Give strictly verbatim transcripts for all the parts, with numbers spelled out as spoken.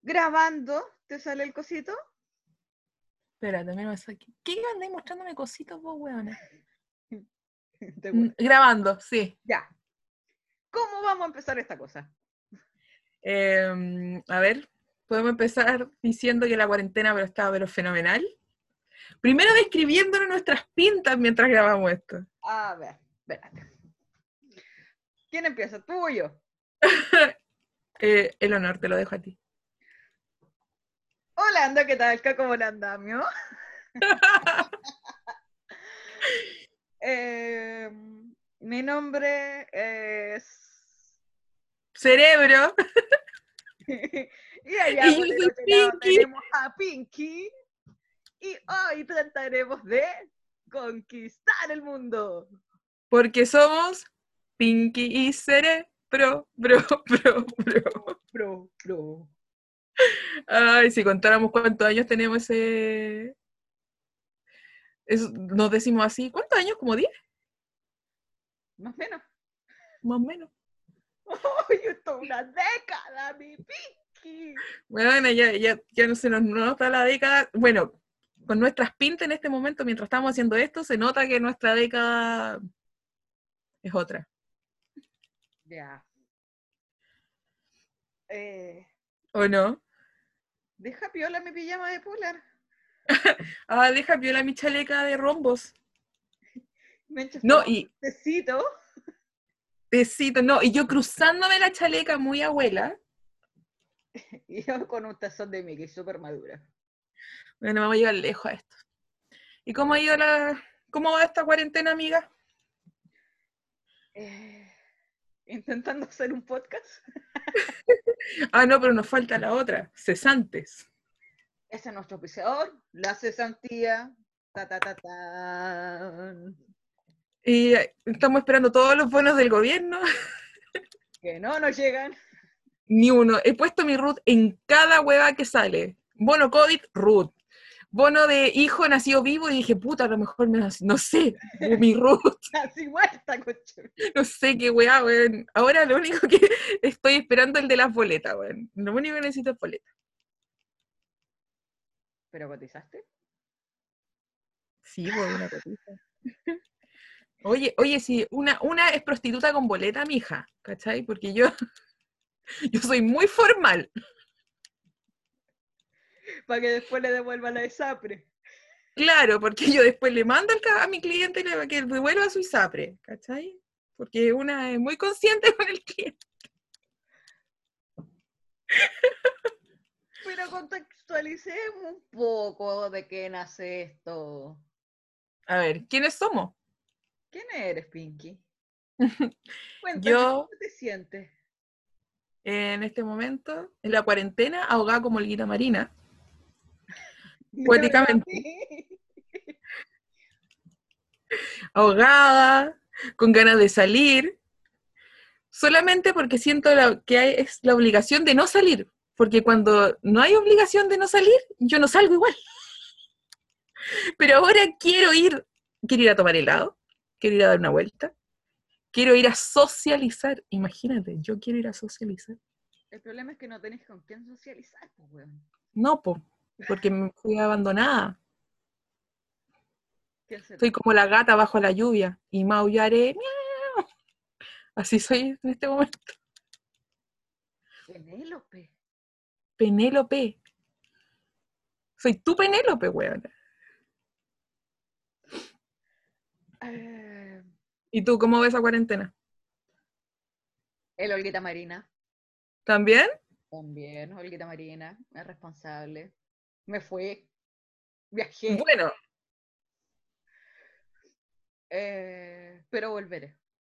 grabando, ¿te sale el cosito? Espérate, mira, ¿qué andáis mostrándome cositas vos, weona? Te Mm, cuento. grabando, sí. Ya. ¿Cómo vamos a empezar esta cosa? Eh, a ver, podemos empezar diciendo que la cuarentena pero estaba pero fenomenal. Primero describiéndonos nuestras pintas mientras grabamos esto. A ver, espérate. ¿Quién empieza? ¿Tú o yo? eh, el honor te lo dejo a ti. Hola, anda, ¿qué tal? ¿Cómo le andamio? eh, mi nombre es... Cerebro. y allá Y por yo el soy otro lado Pinky. tenemos a Pinky. Y hoy trataremos de conquistar el mundo. Porque somos Pinky y Cerebro. Bro, bro, bro. Bro, bro, bro. Ay, si contáramos cuántos años tenemos ese... Es, nos decimos así, ¿cuántos años? ¿Como diez? Más o menos. Más o menos. ¡Uy, esto es una década, mi Pinky! Bueno, ya, ya, ya no se nos nota la década. Bueno, con nuestras pintas en este momento, mientras estamos haciendo esto, se nota que nuestra década es otra. Ya. Eh, ¿O no? deja piola mi pijama de polar. Ah, deja piola mi chaleca de rombos. Me echo No, tomar un y tecito. besito, no, y yo cruzándome la chaleca muy abuela. Y yo con un tazón de Mickey súper madura. Bueno, vamos a llegar lejos a esto. ¿Y cómo ha ido la... ¿Cómo va esta cuarentena, amiga? Eh, intentando hacer un podcast. Ah, no, pero nos falta la otra, cesantes. Ese es nuestro auspiciador, la cesantía. Ta, ta, ta, ta. Y estamos esperando todos los bonos del gobierno. Que no nos llegan. Ni uno. He puesto mi root en cada hueva que sale. Bono COVID, root. Bono de hijo nacido vivo y dije, puta, a lo mejor me nací. No sé, mi root. Así muerta, coche. No sé qué weá, weón. Ahora lo único que estoy esperando es el de las boletas, weón. Lo único que necesito es boletas. ¿Pero cotizaste? Sí, pues una cotita. Oye, oye, sí, una, una es prostituta con boleta, mija, ¿cachai? Porque yo, yo soy muy formal. Para que después le devuelva la ISAPRE. Claro, porque yo después le mando a mi cliente que devuelva su ISAPRE, ¿cachai? Porque una es muy consciente con el cliente. Pero contextualicemos un poco de qué nace esto. A ver, ¿quiénes somos? ¿Quién eres, Pinky? Cuéntame, Yo, ¿cómo te sientes? en este momento, en la cuarentena, ahogada como olguita marina, Dímelo a poéticamente, mí. ahogada, con ganas de salir, solamente porque siento la, que hay, es la obligación de no salir, porque cuando no hay obligación de no salir, yo no salgo igual. Pero ahora quiero ir, quiero ir a tomar helado, quiero ir a dar una vuelta, quiero ir a socializar, imagínate, yo quiero ir a socializar. El problema es que no tenés con quién socializar, pues, weón. No, po, porque me fui abandonada. ¿Quién será? Soy como la gata bajo la lluvia y maullaré. ¡Miau! Así soy en este momento. Penélope. Penélope. Soy tu Penélope, weón. Eh, ¿Y tú cómo ves esa cuarentena? el Olguita Marina. ¿También? También, Olguita Marina. Es responsable. Me fui. Viajé. Bueno, Eh, pero volveré.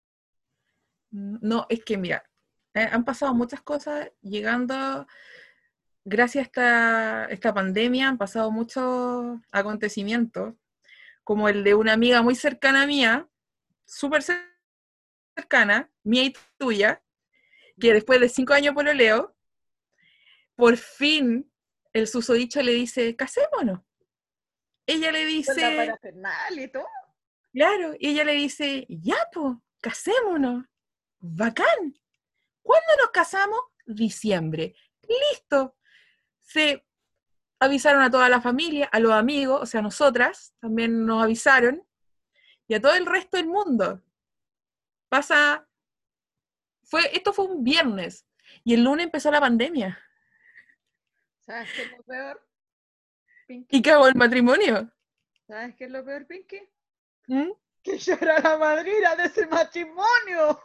no, es que mira, eh, han pasado muchas cosas llegando, gracias a esta, esta pandemia, han pasado muchos acontecimientos, como el de una amiga muy cercana mía, súper cercana, mía y tuya, que ¿Ya? después de cinco años pololeo, por fin el susodicho le dice, casémonos. Ella le Con la dice, parafernalia y todo. claro, y ella le dice, ya, pues, casémonos. Bacán. ¿Cuándo nos casamos? Diciembre. Listo. se avisaron a toda la familia, a los amigos, o sea, nosotras también nos avisaron, y a todo el resto del mundo. Pasa, fue, esto fue un viernes, y el lunes empezó la pandemia. ¿Sabes qué es lo peor, ¿Y Pinky? qué hago el matrimonio? ¿Sabes qué es lo peor, Pinky? ¿Mm? Que yo era la madrina de ese matrimonio.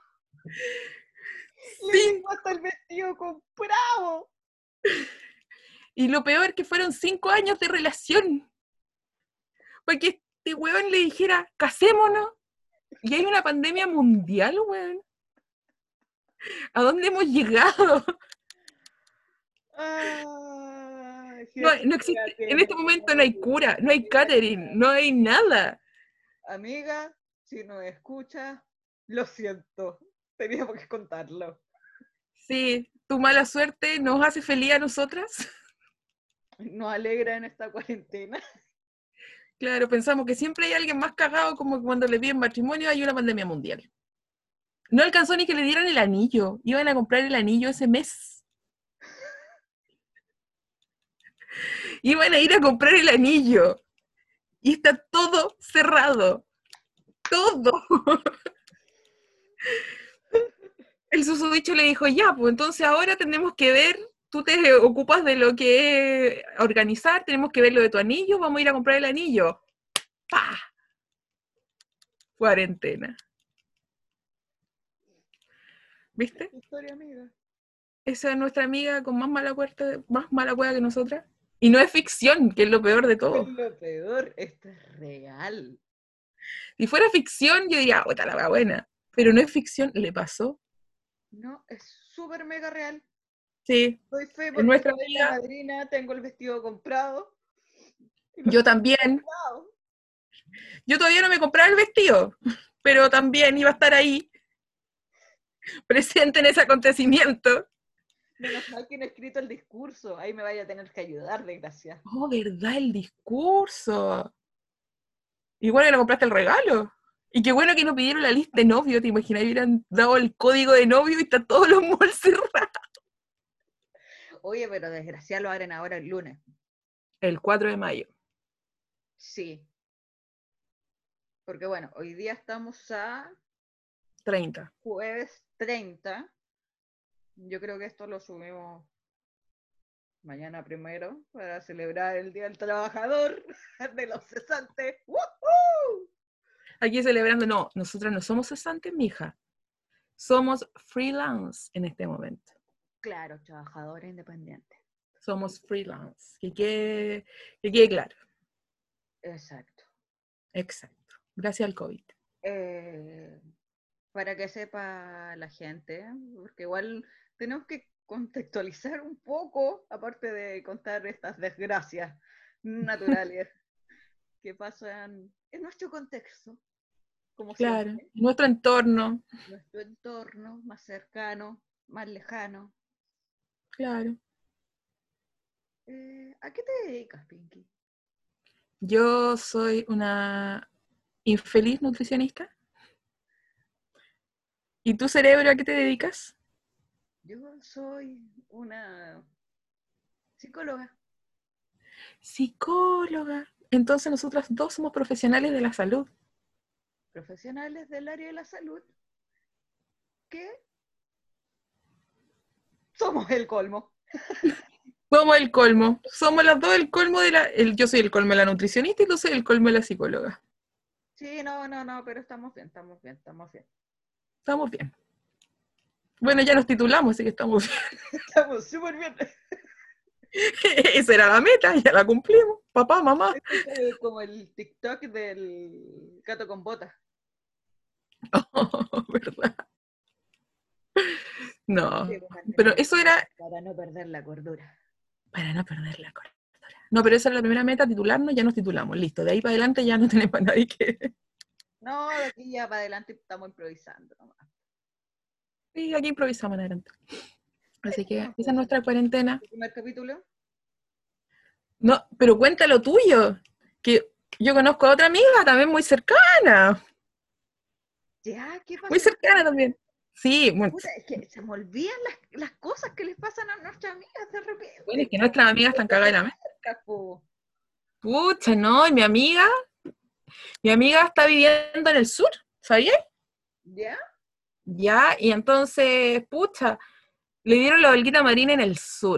Le Sí, tengo hasta el vestido comprado. y lo peor que fueron cinco años de relación. Porque este weón le dijera, casémonos, y hay una pandemia mundial, weón. ¿A dónde hemos llegado? Ay, No, Jesús, no ya existe, en tiene este momento no hay novio. cura, no hay Mira, catering, no hay nada. amiga, si nos escuchas, lo siento. Teníamos que contarlo. Sí, tu mala suerte nos hace feliz a nosotras. Nos alegra en esta cuarentena. Claro, pensamos que siempre hay alguien más cagado, como cuando le piden matrimonio hay una pandemia mundial. No alcanzó ni que le dieran el anillo. Iban a comprar el anillo ese mes. Iban a ir a comprar el anillo. Y está todo cerrado. Todo. El susodicho le dijo, ya, pues entonces ahora tenemos que ver, tú te ocupas de lo que es organizar, tenemos que ver lo de tu anillo, vamos a ir a comprar el anillo. ¡Pah! Cuarentena. ¿Viste? Historia, amiga. Esa es nuestra amiga con más mala puerta, más mala cueva que nosotras. Y no es ficción, que es lo peor de Es todo. lo peor, esto es real. Si fuera ficción, yo diría, otra la buena. Pero no es ficción, le pasó. No, es súper mega real. Sí, Doy fe es porque nuestra soy la amiga. madrina, tengo el vestido comprado. Y lo Yo estoy también. comprado. Yo todavía no me compraba el vestido, pero también iba a estar ahí, presente en ese acontecimiento. Menos mal que no he escrito el discurso. Ahí me vaya a tener que ayudar, desgracia. Oh, ¿verdad? El discurso. Igual que le compraste el regalo. Y qué bueno que no pidieron la lista de novio, ¿te imaginas? Hubieran dado el código de novio y están todos los malls cerrados. Oye, pero desgracia lo abren ahora el lunes. El cuatro de mayo. Sí. Porque bueno, hoy día estamos a treinta. jueves treinta. Yo creo que esto lo subimos mañana primero para celebrar el Día del Trabajador de los cesantes. ¡Woohoo! Aquí celebrando, no, nosotros no somos cesantes, mija. Somos freelance en este momento. Claro, trabajador independiente. Somos freelance. Que quede, que quede claro. Exacto. Exacto. Gracias al COVID. Eh, para que sepa la gente, porque igual tenemos que contextualizar un poco, aparte de contar estas desgracias naturales que pasan en nuestro contexto, como Claro. siempre, Nuestro entorno. nuestro entorno más cercano, más lejano. Claro. Eh, ¿A qué te dedicas, Pinky? Yo soy una infeliz nutricionista. ¿Y tu cerebro a qué te dedicas? Yo soy una psicóloga. Psicóloga. Entonces nosotros dos somos profesionales de la salud. Profesionales del área de la salud que somos el colmo. Somos el colmo. Somos las dos el colmo de la... El, yo soy el colmo de la nutricionista y tú soy el colmo de la psicóloga. Sí, no, no, no, pero estamos bien, estamos bien, estamos bien. Estamos bien. Bueno, ya nos titulamos, así que estamos bien. Estamos súper bien. Esa era la meta, ya la cumplimos. Papá, mamá. Este es como el TikTok del gato con botas. Oh, ¿verdad? No, Debo pero mantener eso era para no perder la cordura. para no perder la cordura. No, pero esa era la primera meta, titularnos, ya nos titulamos, listo. De ahí para adelante ya no tenemos a nadie que... No, de aquí ya para adelante estamos improvisando nomás. Sí, aquí improvisamos en adelante. Así que esa es Entonces, nuestra cuarentena. el primer capítulo. No, pero cuenta lo tuyo, que yo conozco a otra amiga también muy cercana, Ya, ¿qué muy pasó? cercana también. Sí, bueno, Puta, es que se me olvidan las, las cosas que les pasan a nuestras amigas de bueno, es repente. que nuestras amigas están cagadas de la mente. Po. Pucha, no, y mi amiga, mi amiga está viviendo en el sur, ¿sabías? ¿Ya? Ya, y entonces, pucha, le dieron la holguita marina en el sur.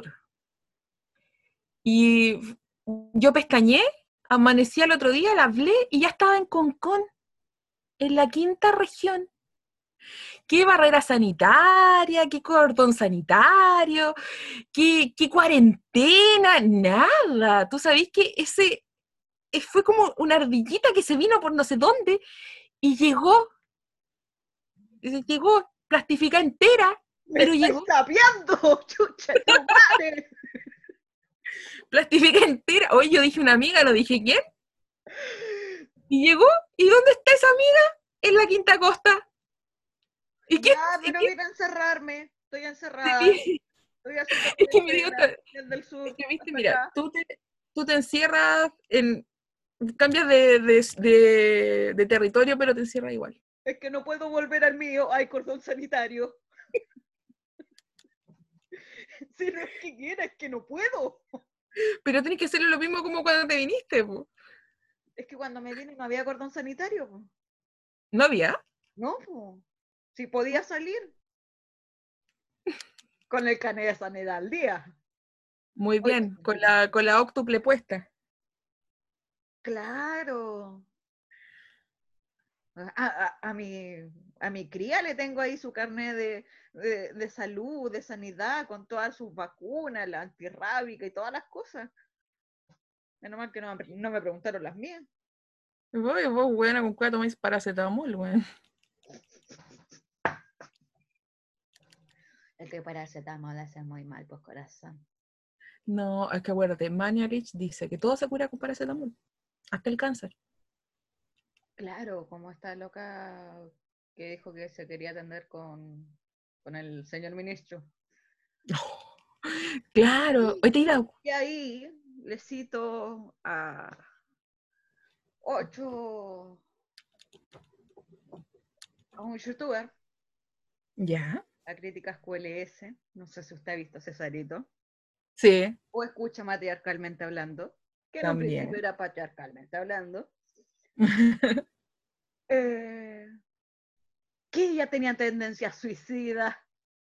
Y yo pestañé, amanecí el otro día, la hablé y ya estaba en Concón, en la quinta región. ¿Qué barrera sanitaria? ¿Qué cordón sanitario? ¿Qué, qué cuarentena? Nada. Tú sabés que ese eh, fue como una ardillita que se vino por no sé dónde y llegó, eh, llegó plastificada entera, ¡Me pero estáis llegó sapeando! ¡Chucha, tu madre! plastificada entera. Hoy yo dije una amiga, no dije quién, y llegó, ¿y dónde está esa amiga? En la Quinta Costa. ¿Y qué? Ya, ¿Y pero qué? voy a ir a encerrarme. Estoy encerrada. Sí. Estoy haciendo Es que me dio, cuarentena desde el es sur que viste, hasta mira, acá. tú te, tú te encierras en, cambias de, de, de, de territorio, pero te encierras igual. Es que no puedo volver al mío. Hay cordón sanitario. Si no es que quiera, es que no puedo. Pero tienes que hacerlo lo mismo como cuando te viniste, po. Es que cuando me vine no había cordón sanitario. Po. ¿No había? No, po. Si podía salir con el carnet de sanidad al día. Muy Oiga, bien, con la, con la óctuple puesta. claro. A, a, a, mi, a mi cría le tengo ahí su carnet de, de, de salud, de sanidad, con todas sus vacunas, la antirrábica y todas las cosas. Menos mal que no, no me preguntaron las mías. Vos, vos, weón, con cuál tomáis paracetamol, weón. Es que paracetamol hace muy mal, pues corazón. No, es que acuérdate, Mañalich dice que todo se cura con paracetamol, hasta el cáncer. Claro, como esta loca que dijo que se quería atender con, con el señor ministro. Oh, claro, hoy te irá. Y ahí le cito a ocho, a un youtuber, Ya, a Críticas Q L S, no sé si usted ha visto Cesarito, sí, o escucha Matriarcalmente Hablando, que en un principio también. era Patriarcalmente Hablando, eh, que ella tenía tendencias suicidas.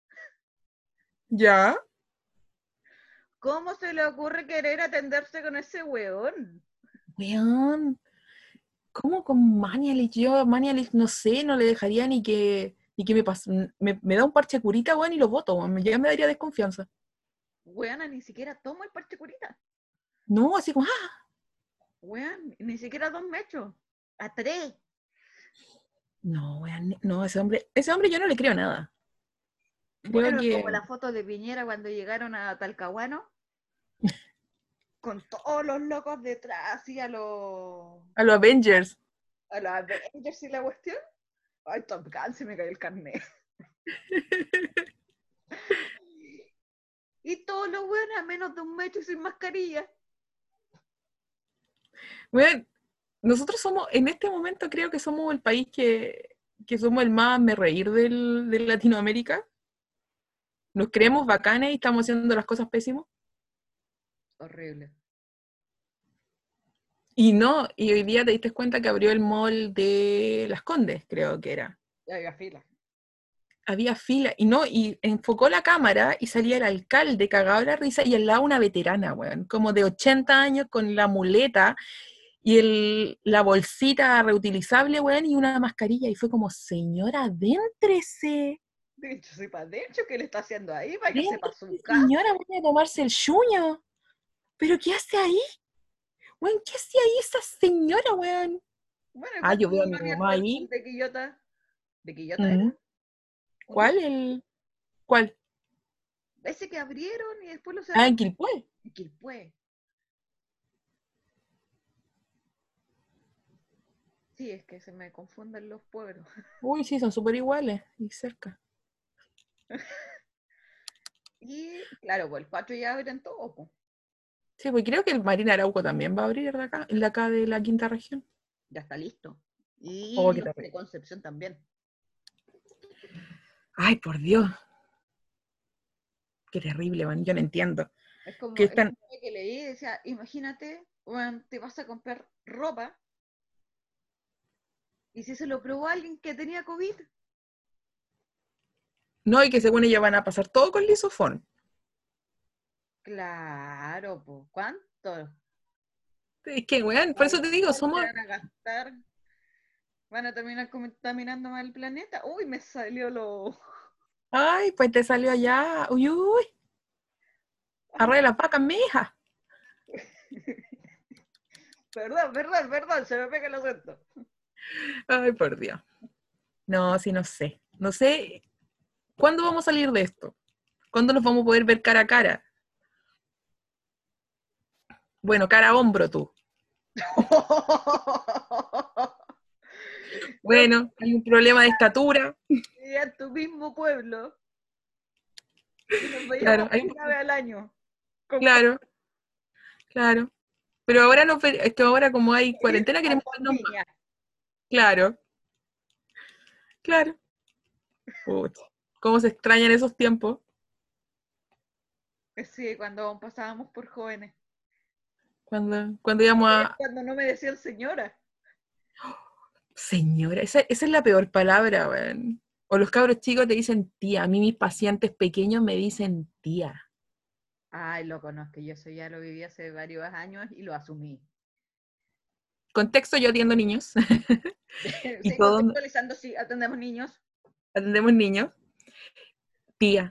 Ya, ¿Cómo se le ocurre querer atenderse con ese weón? weón. ¿Cómo con Mañalich? Yo a Mañalich no sé, no le dejaría ni que, ni que me, pas, me, me da un parche curita, weón, y lo voto, weón. Ya me daría desconfianza. Weona, ni siquiera tomo el parche curita. No, así como, ah, Weón, ni siquiera dos mechos. A tres. no, weón, no, ese hombre, ese hombre yo no le creo nada. Creo Bueno, es como que la foto de Piñera cuando llegaron a Talcahuano, con todos los locos detrás, así a los, a los Avengers. a los Avengers y la cuestión. Ay, Top Gun, se me cayó el carnet. Y todos los buenos a menos de un metro y sin mascarilla. Weón, nosotros somos, en este momento creo que somos el país que, que somos el más me reír del, de Latinoamérica. Nos creemos bacanes y estamos haciendo las cosas pésimas. Horrible. Y no, y hoy día te diste cuenta que abrió el mall de Las Condes, creo que era. Ya había fila. Había fila, y no, y enfocó la cámara y salía el alcalde cagado de la risa y al lado una veterana, weón, como de ochenta años con la muleta y el, la bolsita reutilizable, weón, y una mascarilla. Y fue como, señora, adéntrese, De hecho, soy para adentro, ¿qué le está haciendo ahí? Váyase para su adéntrese, casa. señora, vaya a tomarse el chuño. ¿Pero qué hace ahí? Weón, ¿qué hace ahí esa señora, weón? Bueno, ¿y Ah, yo cuándo veo a han mi mamá abierto el ahí. mall de Quillota? ¿De Quillota era? Mm. ¿O no? ¿Cuál? El, ¿Cuál? Ese que abrieron y después lo Ah, en cerraron. Quilpué. En Quilpué. Sí, es que se me confunden los pueblos. Uy, sí, son súper iguales y cerca. Y claro, pues el Pacho ya abren todo, pues. Sí, pues creo que el Marina Arauco también va a abrir de acá, el de acá de la quinta región. Ya está listo. Oh, Y qué los terrible. de Concepción también. Ay, por Dios. Qué terrible, man. Yo no entiendo. Es como, Que es están... como que leí, decía, imagínate, bueno, te vas a comprar ropa y si se lo probó a alguien que tenía COVID. No, y que según ellos van a pasar todo con lisofón. Claro, pues, ¿cuánto? Es que, weón, por eso te digo, Se somos... van a gastar, van a terminar contaminando más el planeta. Uy, me salió lo... Ay, pues te salió allá. Uy, uy. Ay, Arregla las vacas, mija. perdón, perdón, perdón, se me pega el acento. Ay, por Dios. No, sí, no sé. No sé cuándo vamos a salir de esto. ¿Cuándo nos vamos a poder ver cara a cara? Bueno, cara a hombro tú. No, Bueno, hay un problema de estatura. y en tu mismo pueblo y nos Claro, veíamos hay una un- vez al año. Con claro, claro. Pero ahora no, es que ahora como hay ir cuarentena a queremos vernos más. Viña. Claro, claro. Pucha, cómo se extrañan esos tiempos. Sí, cuando aún pasábamos por jóvenes. Cuando, cuando íbamos Es a... cuando no me decían señora. Señora, esa, esa es la peor palabra, weón. O los cabros chicos te dicen tía. A mí mis pacientes pequeños me dicen tía. Ay, lo conozco, yo eso ya lo viví hace varios años y lo asumí. Contexto, yo atiendo niños. Y Sí, todos contextualizando, sí, atendemos niños. atendemos niños. Tía,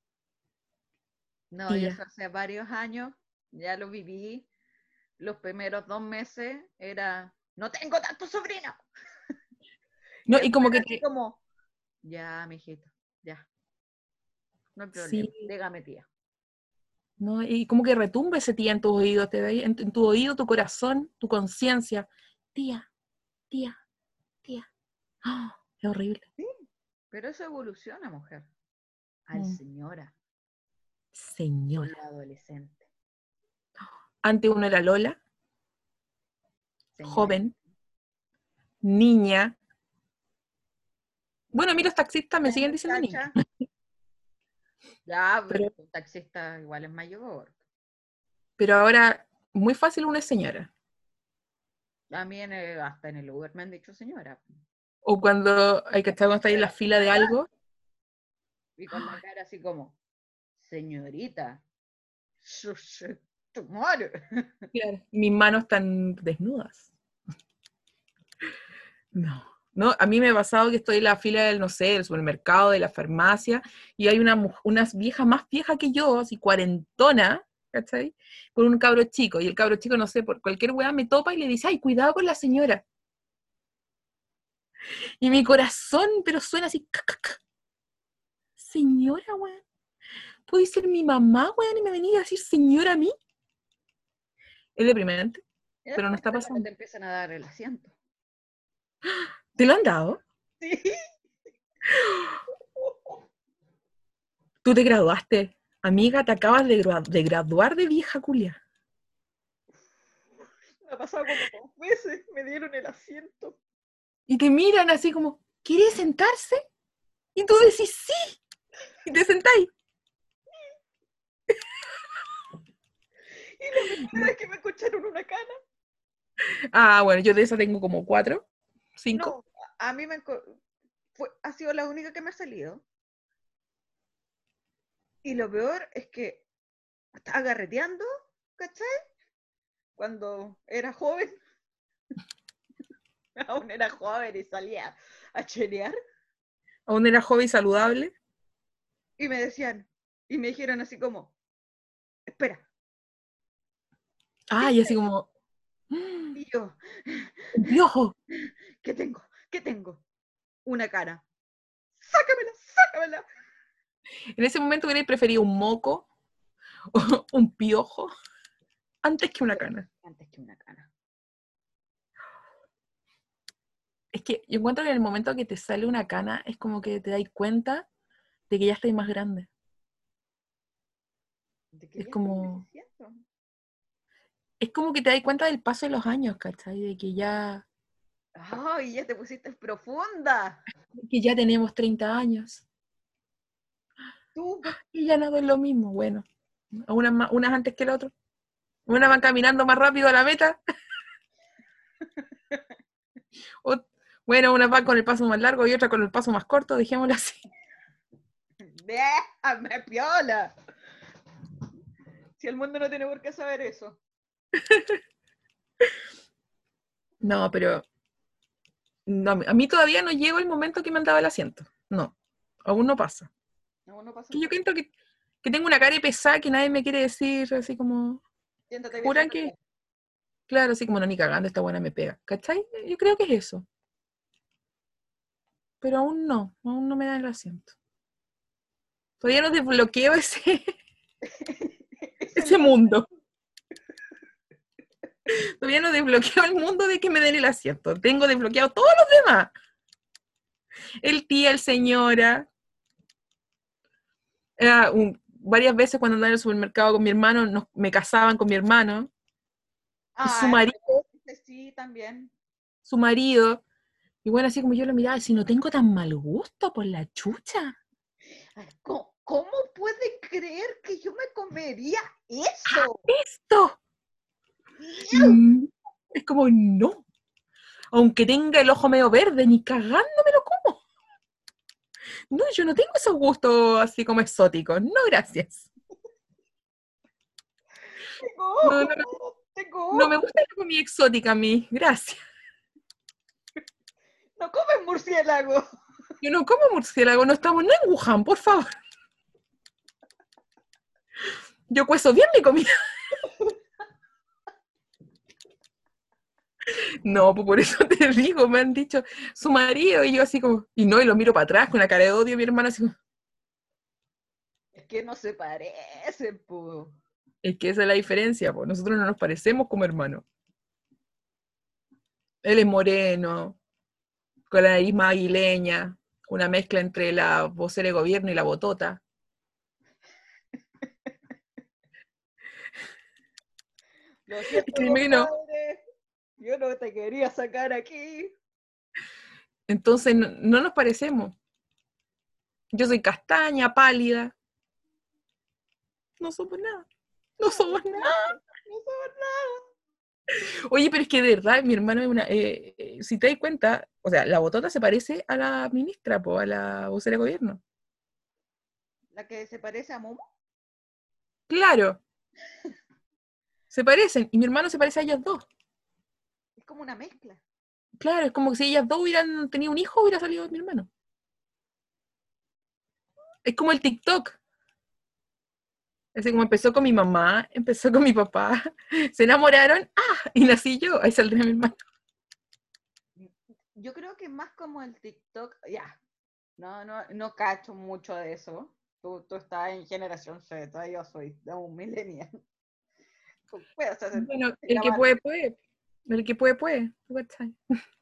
No, y eso tía. hace varios años, ya lo viví. Los primeros dos meses era, no tengo tantos sobrinos. Y No, y después como era que así te... como, ya, mijito, ya, no hay Sí, problema, dígame tía. no, y como que retumba ese tía en tus oídos, te da ahí- en, en tu oído, tu corazón, tu conciencia. Tía, tía, tía. ¡Ah! Es horrible. Sí, pero eso evoluciona, mujer, al Mm. señora, con Señora. lo adolescente. Antes uno era Lola, Señorita. joven, niña. Bueno, a mí los taxistas me siguen diciendo niña, Muchacha, ya, pero, un taxista igual es mayor. pero ahora muy fácil una es señora. A mí en el- hasta en el Uber me han dicho señora. O cuando hay que estar cuando está ahí en la fila de algo, Y con la cara así como, señorita, su- su- tu madre. claro, mis manos están desnudas. No, no, a mí me ha pasado que estoy en la fila del, no sé, del supermercado, de la farmacia, y hay una, mu- unas viejas más viejas que yo, así cuarentona, ¿cachai? Con un cabro chico, y el cabro chico, no sé, por cualquier weá me topa y le dice, ay, cuidado con la señora. Y mi corazón, pero suena así, cac, cac, cac. Señora, weón. ¿Puede ser mi mamá, weón, y me venía a decir señora a mí? Es deprimente, Y pero no después está de cuando pasando. te empiezan a dar el asiento. ¿Te lo han dado? Sí, Tú te graduaste. Amiga, te acabas de, gra- de graduar de vieja culia. me ha pasado como dos veces, me dieron el asiento. Y te miran así como, ¿quiere sentarse? Y tú decís sí. Y te sentáis. Y la primera vez que me escucharon una cana, Ah, bueno, yo de esa tengo como cuatro, cinco. no, a mí me enco- fue, ha sido la única que me ha salido. Y lo peor es que estaba carreteando, ¿cachai? Cuando era joven, aún era joven y salía a chelear. Aún era joven y saludable. Y me decían, y me dijeron así como, espera, ¿qué Ah, y así tienes? como, "Mm, Y yo, un piojo". ¿qué tengo? ¿Qué tengo? Una cara. Sácamela, sácamela. En ese momento hubiera preferido un moco o un piojo antes que una cana. Antes que una cana. Es que yo encuentro que en el momento que te sale una cana es como que te das cuenta de que ya estás más grande. De que Es ya estoy como, envejeciendo. es como que te das cuenta del paso de los años, ¿cachai? De que ya, Ay, ya te pusiste profunda. que ya tenemos treinta años. Tú, Y ya nado es lo mismo, bueno. Unas, más- unas antes que la otra. Una van caminando más rápido a la meta. O- bueno, una va con el paso más largo y otra con el paso más corto, dejémoslo así. déjame piola. Si el mundo no tiene por qué saber eso. No, pero no, a mí todavía no llegó el momento que me han dado el asiento. No, aún no pasa. No, no pasa Que yo nada. siento que, que tengo una cara de pesada que nadie me quiere decir, así como, Siéntate juran viejita. que, claro, así como no, ni cagando, esta buena me pega. ¿Cachai? Yo creo que es eso. Pero aún no, aún no me dan el asiento. Todavía no desbloqueo ese, Es el ese mundo. mundo. Todavía no desbloqueo el mundo de que me den el asiento. Tengo desbloqueado todos los demás. El tía, el señora. Era un- varias veces cuando andaba en el supermercado con mi hermano, nos, me casaban con mi hermano. Y su Ah, marido, ese sí, también. su marido. Y bueno, así como yo lo miraba, si no tengo tan mal gusto por la chucha. Ay, ¿Cómo, cómo puede creer que yo me comería eso? ¡Esto! ¡Iu! Mm, Es como, no. Aunque tenga el ojo medio verde, ni cagando me lo como. No, yo no tengo esos gustos así como exóticos. No, gracias. Tengo No, no, ojo, no, tengo no me ojo. gusta la comida exótica a mí. Gracias. No comen murciélago. Yo no como murciélago, no estamos no en Wuhan, por favor. Yo cuezo bien mi comida. No, pues por eso te digo, me han dicho su marido y yo así como, y no, y lo miro para atrás con una cara de odio, mi hermana así como, Es que no se parecen, po. es que esa es la diferencia, pues nosotros no nos parecemos como hermanos. Él es moreno, con la nariz más aguileña, una mezcla entre la vocera de gobierno y la botota. Lo Y siento, créeme que no. compadre. Yo no te quería sacar aquí. Entonces no, no nos parecemos. Yo soy castaña, pálida. No somos nada. No Ah, somos nada. exacto. No somos nada. Oye, pero es que de verdad, mi hermano es una. Eh, eh, si te das cuenta, o sea, la botota se parece a la ministra, po, a la vocera de gobierno. La que se parece a Momo. Claro, se parecen. Y mi hermano se parece a ellas dos. Es como una mezcla. Claro, es como que si ellas dos hubieran tenido un hijo, hubiera salido mi hermano. Es como el TikTok. Así como empezó con mi mamá, empezó con mi papá, se enamoraron, ¡ah! Y nací yo, ahí saldría mi hermano. Yo creo que más como el TikTok. Ya. No, no, no cacho mucho de eso. Tú, tú estás en generación Z, yo soy de un millennial. Puedes hacer Bueno, el que llamar. puede, puede. El que puede, puede. ¿Tú cachai?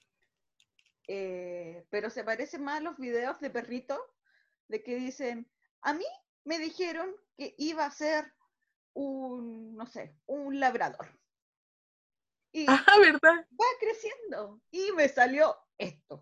Eh, pero se parece más a los videos de perritos de que dicen, a mí me dijeron que iba a ser un, no sé, un labrador. Y Ah, ¿verdad? va creciendo. Y me salió esto.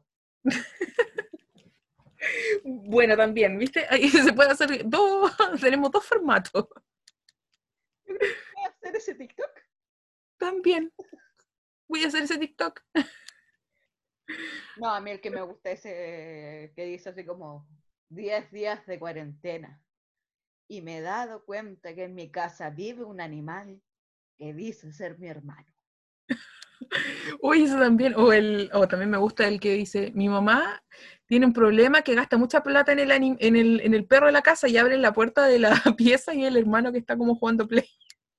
Bueno, también, ¿viste? Ahí se puede hacer dos, tenemos dos formatos. Yo creo que voy a hacer ese TikTok. También. Voy a hacer ese TikTok. No, a mí el que me gusta es ese que dice así como diez días de cuarentena. Y me he dado cuenta que en mi casa vive un animal que dice ser mi hermano. Uy, eso también. O el, o también me gusta el que dice, mi mamá tiene un problema que gasta mucha plata en el, anim- en el, en el perro de la casa y abre la puerta de la pieza y el hermano que está como jugando play.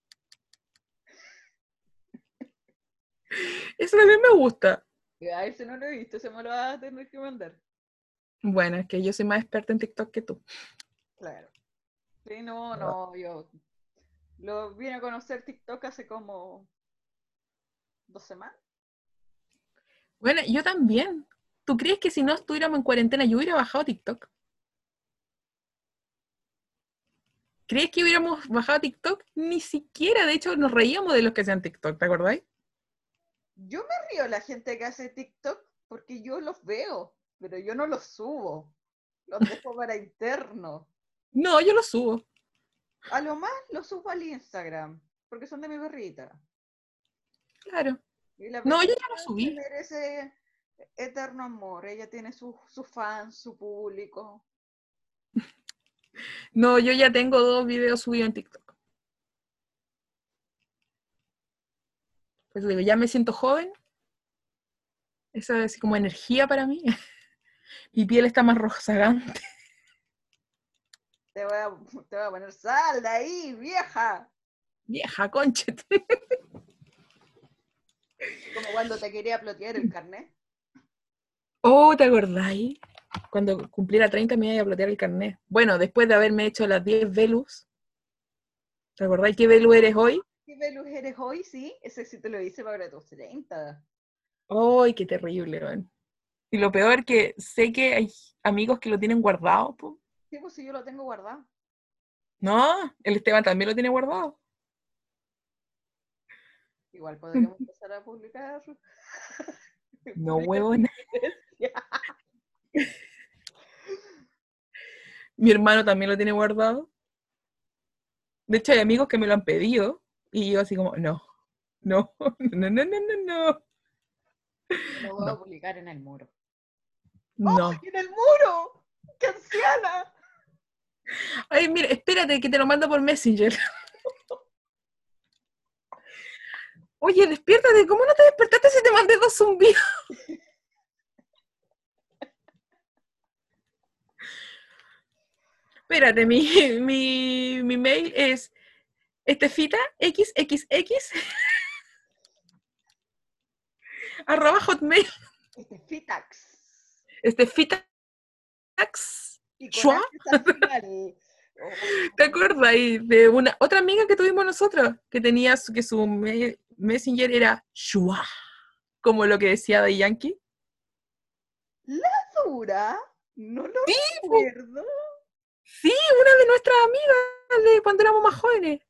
Eso también me gusta. A ese no lo he visto, se me lo va a tener que mandar. Bueno, es que yo soy más experta en TikTok que tú. Claro. Sí, no, no, yo lo vine a conocer TikTok hace como dos semanas. Bueno, yo también. ¿Tú crees que si no estuviéramos en cuarentena yo hubiera bajado TikTok? ¿Crees que hubiéramos bajado TikTok? Ni siquiera, de hecho, nos reíamos de los que hacían TikTok, ¿te acordáis? Yo me río de la gente que hace TikTok porque yo los veo, pero yo no los subo. Los dejo para interno. No, yo lo subo. A lo más lo subo al Instagram, porque son de mi perrita. Claro. Y la No, yo perrita ya lo se subí. merece eterno amor. Ella tiene sus su fans, su público. No, yo ya tengo dos videos subidos en TikTok. Pues digo, ya me siento joven. Esa es como energía para mí. Mi piel está más rozagante. Te voy a, te voy a poner sal de ahí, vieja. Vieja conchet. Como cuando te quería plotear el carnet. Oh, ¿te acordáis? Cuando cumpliera treinta me iba a plotear el carnet. Bueno, después de haberme hecho las diez Velus. ¿Te acordáis qué Velu eres hoy? ¿Qué Velus eres hoy? Sí, ese sí te lo hice para tus treinta. ¡Ay, qué terrible, man! Y lo peor que sé que hay amigos que lo tienen guardado, po. Sí, pues sí, yo lo tengo guardado. No, el Esteban también lo tiene guardado. Igual podríamos empezar a publicar. No, publicar mi huevona. evidencia. Mi hermano también lo tiene guardado. De hecho, hay amigos que me lo han pedido y yo así como, no, no, no, no, no, no, no, Yo lo voy a no, publicar en el muro. ¡Oh, no. en el muro! ¡Qué anciana! Ay, mira, espérate que te lo mando por Messenger. Oye, despiértate, ¿cómo no te despertaste si te mandé dos zumbidos? Espérate, mi, mi, mi mail es estefita xxx arroba hotmail. Este Fitax. Estefita Y con Shua. H al final. Oh, ¿Te acuerdas ahí de una otra amiga que tuvimos nosotros? Que tenía su, que su me- messenger era Shua, como lo que decía de Yankee. ¿la dura? No lo Sí, po, recuerdo. sí, una de nuestras amigas de cuando éramos más jóvenes.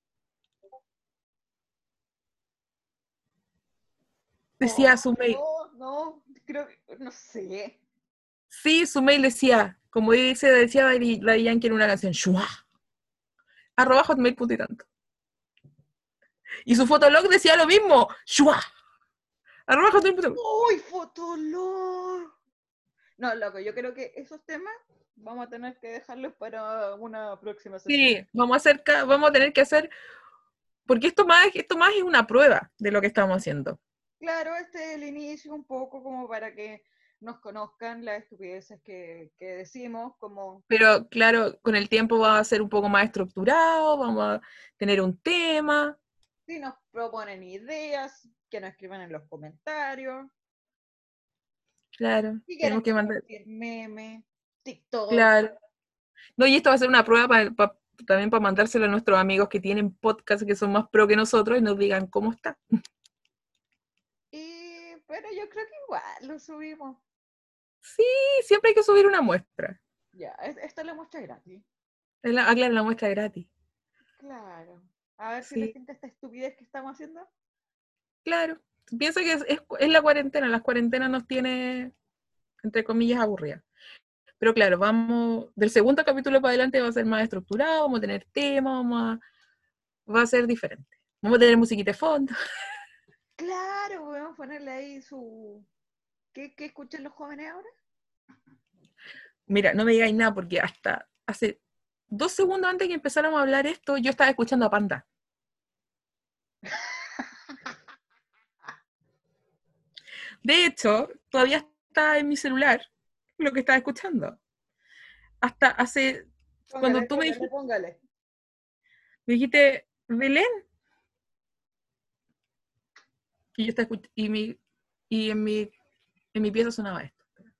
Oh, Decía su mail. no, no, creo que, no sé. Sí, su mail decía, como dice, decía la la Yankee en una canción, Shua, arroba hotmail punto y tanto. Y su fotolog decía lo mismo, Shua, arroba hotmail punto y tanto. ¡Uy, Fotolog! No, loco, yo creo que esos temas vamos a tener que dejarlos para una próxima sesión. Sí, vamos a hacer, vamos a tener que hacer, porque esto más, esto más es una prueba de lo que estamos haciendo. Claro, este es el inicio un poco como para que nos conozcan las estupideces que, que decimos, como Pero claro, con el tiempo va a ser un poco más estructurado, vamos a tener un tema, si nos proponen ideas, que nos escriban en los comentarios, claro, si quieren tenemos que mandar, compartir memes, TikTok. claro. No, y esto va a ser una prueba pa, pa, también para mandárselo a nuestros amigos que tienen podcasts que son más pro que nosotros y nos digan cómo está. Y, pero yo creo que igual lo subimos. Sí, siempre hay que subir una muestra. Ya, es- esta es la muestra gratis. Es la, ah, claro, la muestra gratis. Claro. A ver si les Sí, tinca esta estupidez que estamos haciendo. claro. Piensa que es, es, es la cuarentena, las cuarentenas nos tiene, entre comillas, aburridas. Pero claro, vamos, del segundo capítulo para adelante va a ser más estructurado, vamos a tener temas, vamos a, va a ser diferente. Vamos a tener musiquita de fondo. Claro, podemos ponerle ahí su... ¿Qué, qué escuchan los jóvenes ahora? Mira, no me digáis nada porque hasta hace dos segundos antes que empezáramos a hablar esto, yo estaba escuchando a Panda. De hecho, todavía está en mi celular lo que estaba escuchando. Hasta hace, Póngale, cuando tú me póngale, dijiste, póngale. me dijiste, Belén, y yo estaba escuchando, y, mi, y en, mi, en mi pieza sonaba esto.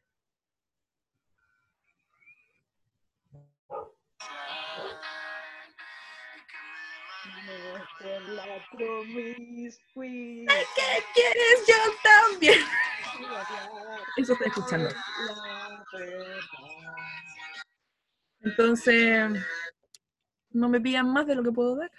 No, con la promiscuidad ¿Qué quieres? Yo también. y hablar Eso estoy escuchando. con la verdad. Entonces, no me pidan más de lo que puedo dar.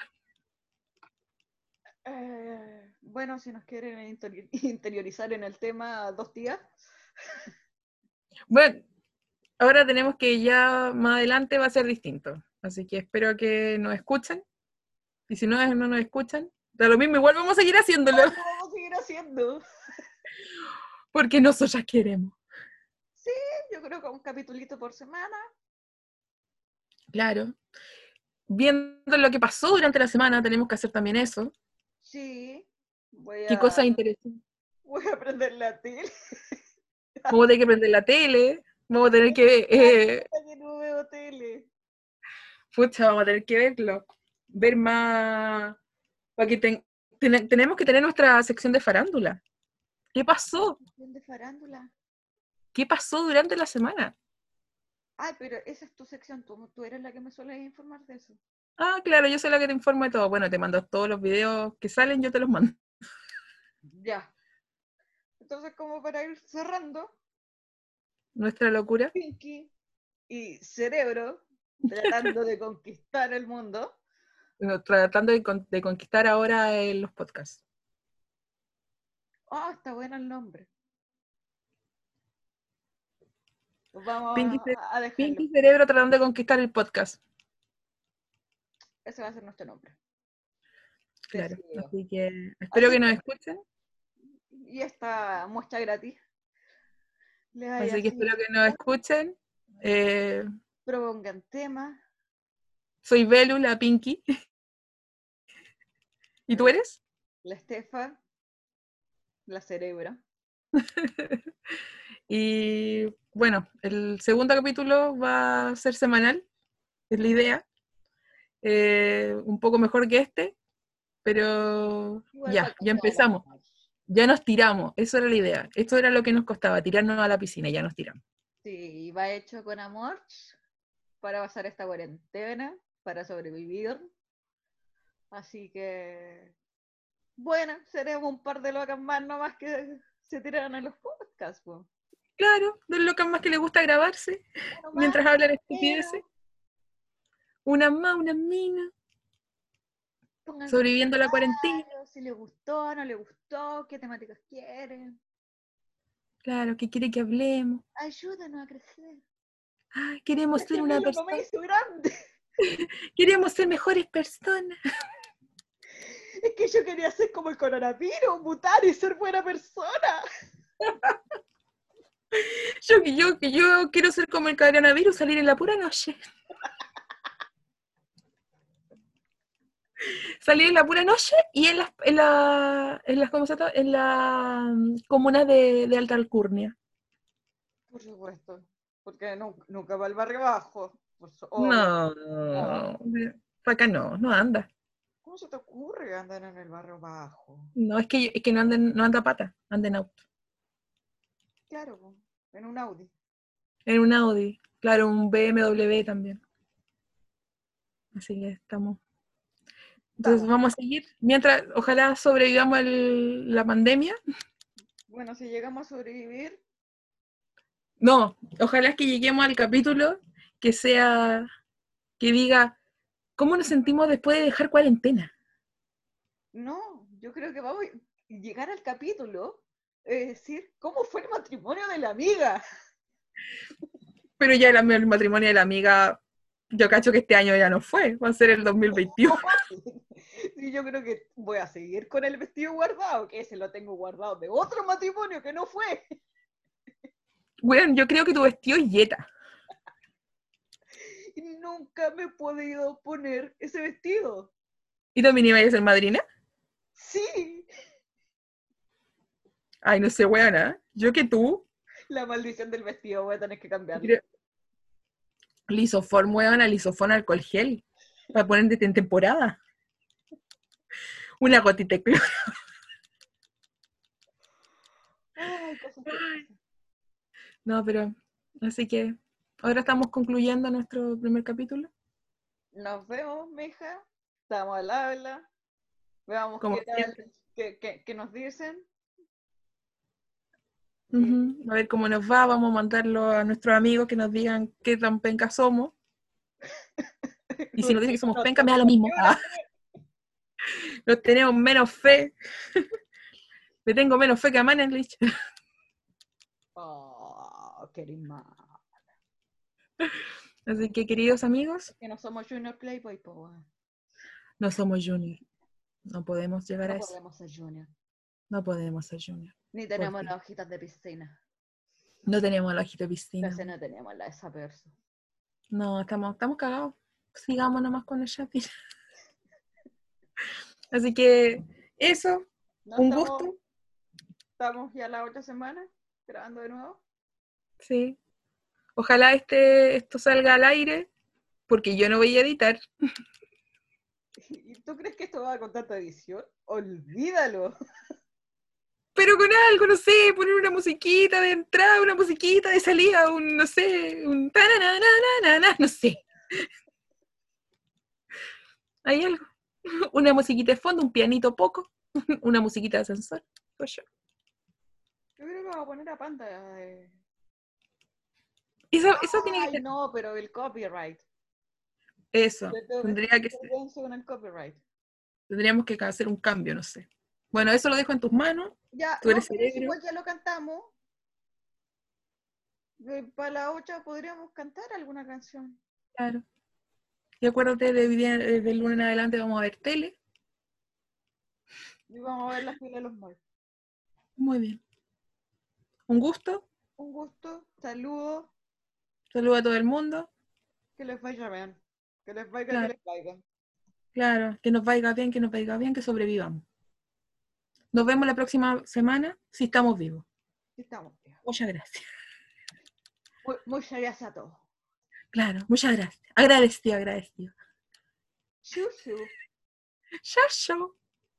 Eh, bueno, si nos quieren interior- interiorizar en el tema dos días. Bueno, ahora tenemos que ya más adelante va a ser distinto. Así que espero que nos escuchen. Y si no, no nos escuchan, da lo mismo, igual vamos a seguir haciéndolo. Lo vamos a seguir haciendo. Porque nosotras queremos. Sí, yo creo que un capitulito por semana. Claro. Viendo lo que pasó durante la semana, tenemos que hacer también eso. Sí, voy Qué a, cosas interesantes. voy a prender la tele. Vamos a tener que prender la tele. Vamos a tener que... Eh, Que no veo tele. pucha, vamos a tener que verlo. Ver más... Para que ten, ten, tenemos que tener nuestra sección de farándula. ¿Qué pasó? De farándula. ¿Qué pasó durante la semana? Ay, pero esa es tu sección, tú, tú eres la que me suele informar de eso. Ah, claro, yo soy la que te informa de todo. Bueno, te mando todos los videos que salen, yo te los mando. Ya. Entonces, como para ir cerrando, Nuestra locura. Pinky y Cerebro tratando de conquistar el mundo. Bueno, tratando de, con, de conquistar ahora eh, los podcasts. Oh, está bueno el nombre. Pues vamos Pinky, a, a dejarlo. Pinky Cerebro tratando de conquistar el podcast. Ese va a ser nuestro nombre. Claro. Decidido. Así que espero Así que nos que, escuchen. y esta muestra gratis. Les vaya Así que así, espero que nos escuchen. Eh, propongan temas. soy Belu, la Pinky. ¿Y tú eres? La Estefa, la Cerebro. Y bueno, el segundo capítulo va a ser semanal, es la idea. Eh, un poco mejor que este, pero Igual ya, falta ya empezamos. Ya nos tiramos, eso era la idea. Esto era lo que nos costaba, tirarnos a la piscina, ya nos tiramos. Sí, va hecho con amor para pasar esta cuarentena, para sobrevivir. Así que, bueno, seremos un par de locas más nomás que se tiran a los podcasts. Po. Claro, dos locas más que les gusta grabarse Uno más, mientras hablan pero estupideces. Una más, una mina, pongan sobreviviendo a la cuarentena. comentarios si les gustó, no les gustó, qué temáticas quieren. Claro, que quiere que hablemos. Ayúdanos a crecer. Ay, queremos ser Déjenme una lo que me persona. hizo grande. Queremos ser mejores personas. Es que yo quería ser como el coronavirus, mutar y ser buena persona. Yo, yo, yo quiero ser como el coronavirus, salir en la pura noche. Salir en la pura noche y en las, en la, en las, ¿cómo se llama? En la comuna de, de Alta Alcurnia. Por supuesto, porque no, nunca va al barrio bajo. Pues, obvio. No, No. para acá no, no anda. ¿Cómo se te ocurre andar en el barrio bajo? No, es que, es que no, anden, no anda pata, anda en auto. Claro, po, en un Audi. En un Audi, claro, un B M W también. Así que estamos. Entonces Vamos. vamos a seguir. Mientras, ojalá sobrevivamos el, la pandemia. Bueno, si llegamos a sobrevivir, No, ojalá es que lleguemos al capítulo que sea, que diga, ¿cómo nos sentimos después de dejar cuarentena? no, yo creo que vamos a llegar al capítulo, es decir, ¿cómo fue el matrimonio de la amiga? Pero ya el, el matrimonio de la amiga, yo cacho que este año ya no fue, va a ser el dos mil veintiuno. Sí, yo creo que voy a seguir con el vestido guardado, que ese lo tengo guardado de otro matrimonio que no fue. Bueno, yo creo que tu vestido es Jetta. Y nunca me he podido poner ese vestido. ¿Y también iba a ser madrina? Sí, Ay, no sé, weona. Yo que tú. la maldición del vestido, voy a tener que cambiarlo. Creo... Lisoform, weona, lisofón alcohol gel. Para ponerte en temporada. Una gotita de cloro. Ay, cosas que pasan. No, pero, así que, ahora estamos concluyendo nuestro primer capítulo. Nos vemos, mija. Estamos al habla. Veamos Como qué tal, siempre. qué, qué, qué nos dicen. Uh-huh. A ver cómo nos va, vamos a mandarlo a nuestros amigos que nos digan qué tan pencas somos. Y si nos dicen que somos No pencas, me da tenemos lo mismo. ni una Ah, nos tenemos menos fe. Le tengo menos fe que a Manenlich. Oh, qué mal. Así que, queridos amigos, Que no somos Junior Playboy, po, weón. no somos junior. No podemos llegar No a eso. podemos ser Junior. No podemos ser junior. Ni tenemos qué? las hojitas de piscina. No tenemos la hojita de piscina. Entonces no tenemos la de esa persona. No, estamos, estamos cagados. Sigamos nomás con el Shopee. Así que, eso, ¿No un estamos, gusto. estamos ya la otra semana grabando de nuevo? Sí. Ojalá este, esto salga al aire, porque yo no voy a editar. ¿Y tú crees que esto va con tanta edición? Olvídalo. Pero con algo, no sé, poner una musiquita de entrada, una musiquita de salida, un, no sé, un tananana, no sé. Hay algo. Una musiquita de fondo, un pianito poco, una musiquita de ascensor. Pues yo. Yo creo que va a poner a Panda. Eh. Eso, eso tiene que Ay, ser. no, pero el copyright. Eso. Yo tengo que Tendría que ser. experiencia con el copyright. Tendríamos que hacer un cambio, no sé. Bueno, eso lo dejo en tus manos. Ya, Tú no, eres pero eso cerebro. igual ya lo cantamos. Eh, Para la otra podríamos cantar alguna canción. Claro. Y acuérdate, de vivir desde el lunes en adelante vamos a ver tele. Y vamos a ver la fila de los malls. Muy bien. Un gusto. Un gusto, saludos, Saludo a todo el mundo. que les vaya bien. Que les vaya, que Claro, les vaya. claro. Que nos vaya bien, que nos vaya bien, que sobrevivamos. Nos vemos la próxima semana si estamos vivos. Estamos bien. Muchas gracias. Mu- Muchas gracias a todos. Claro, muchas gracias. Agradecido, agradecido. Chau, chau. Chao, chao.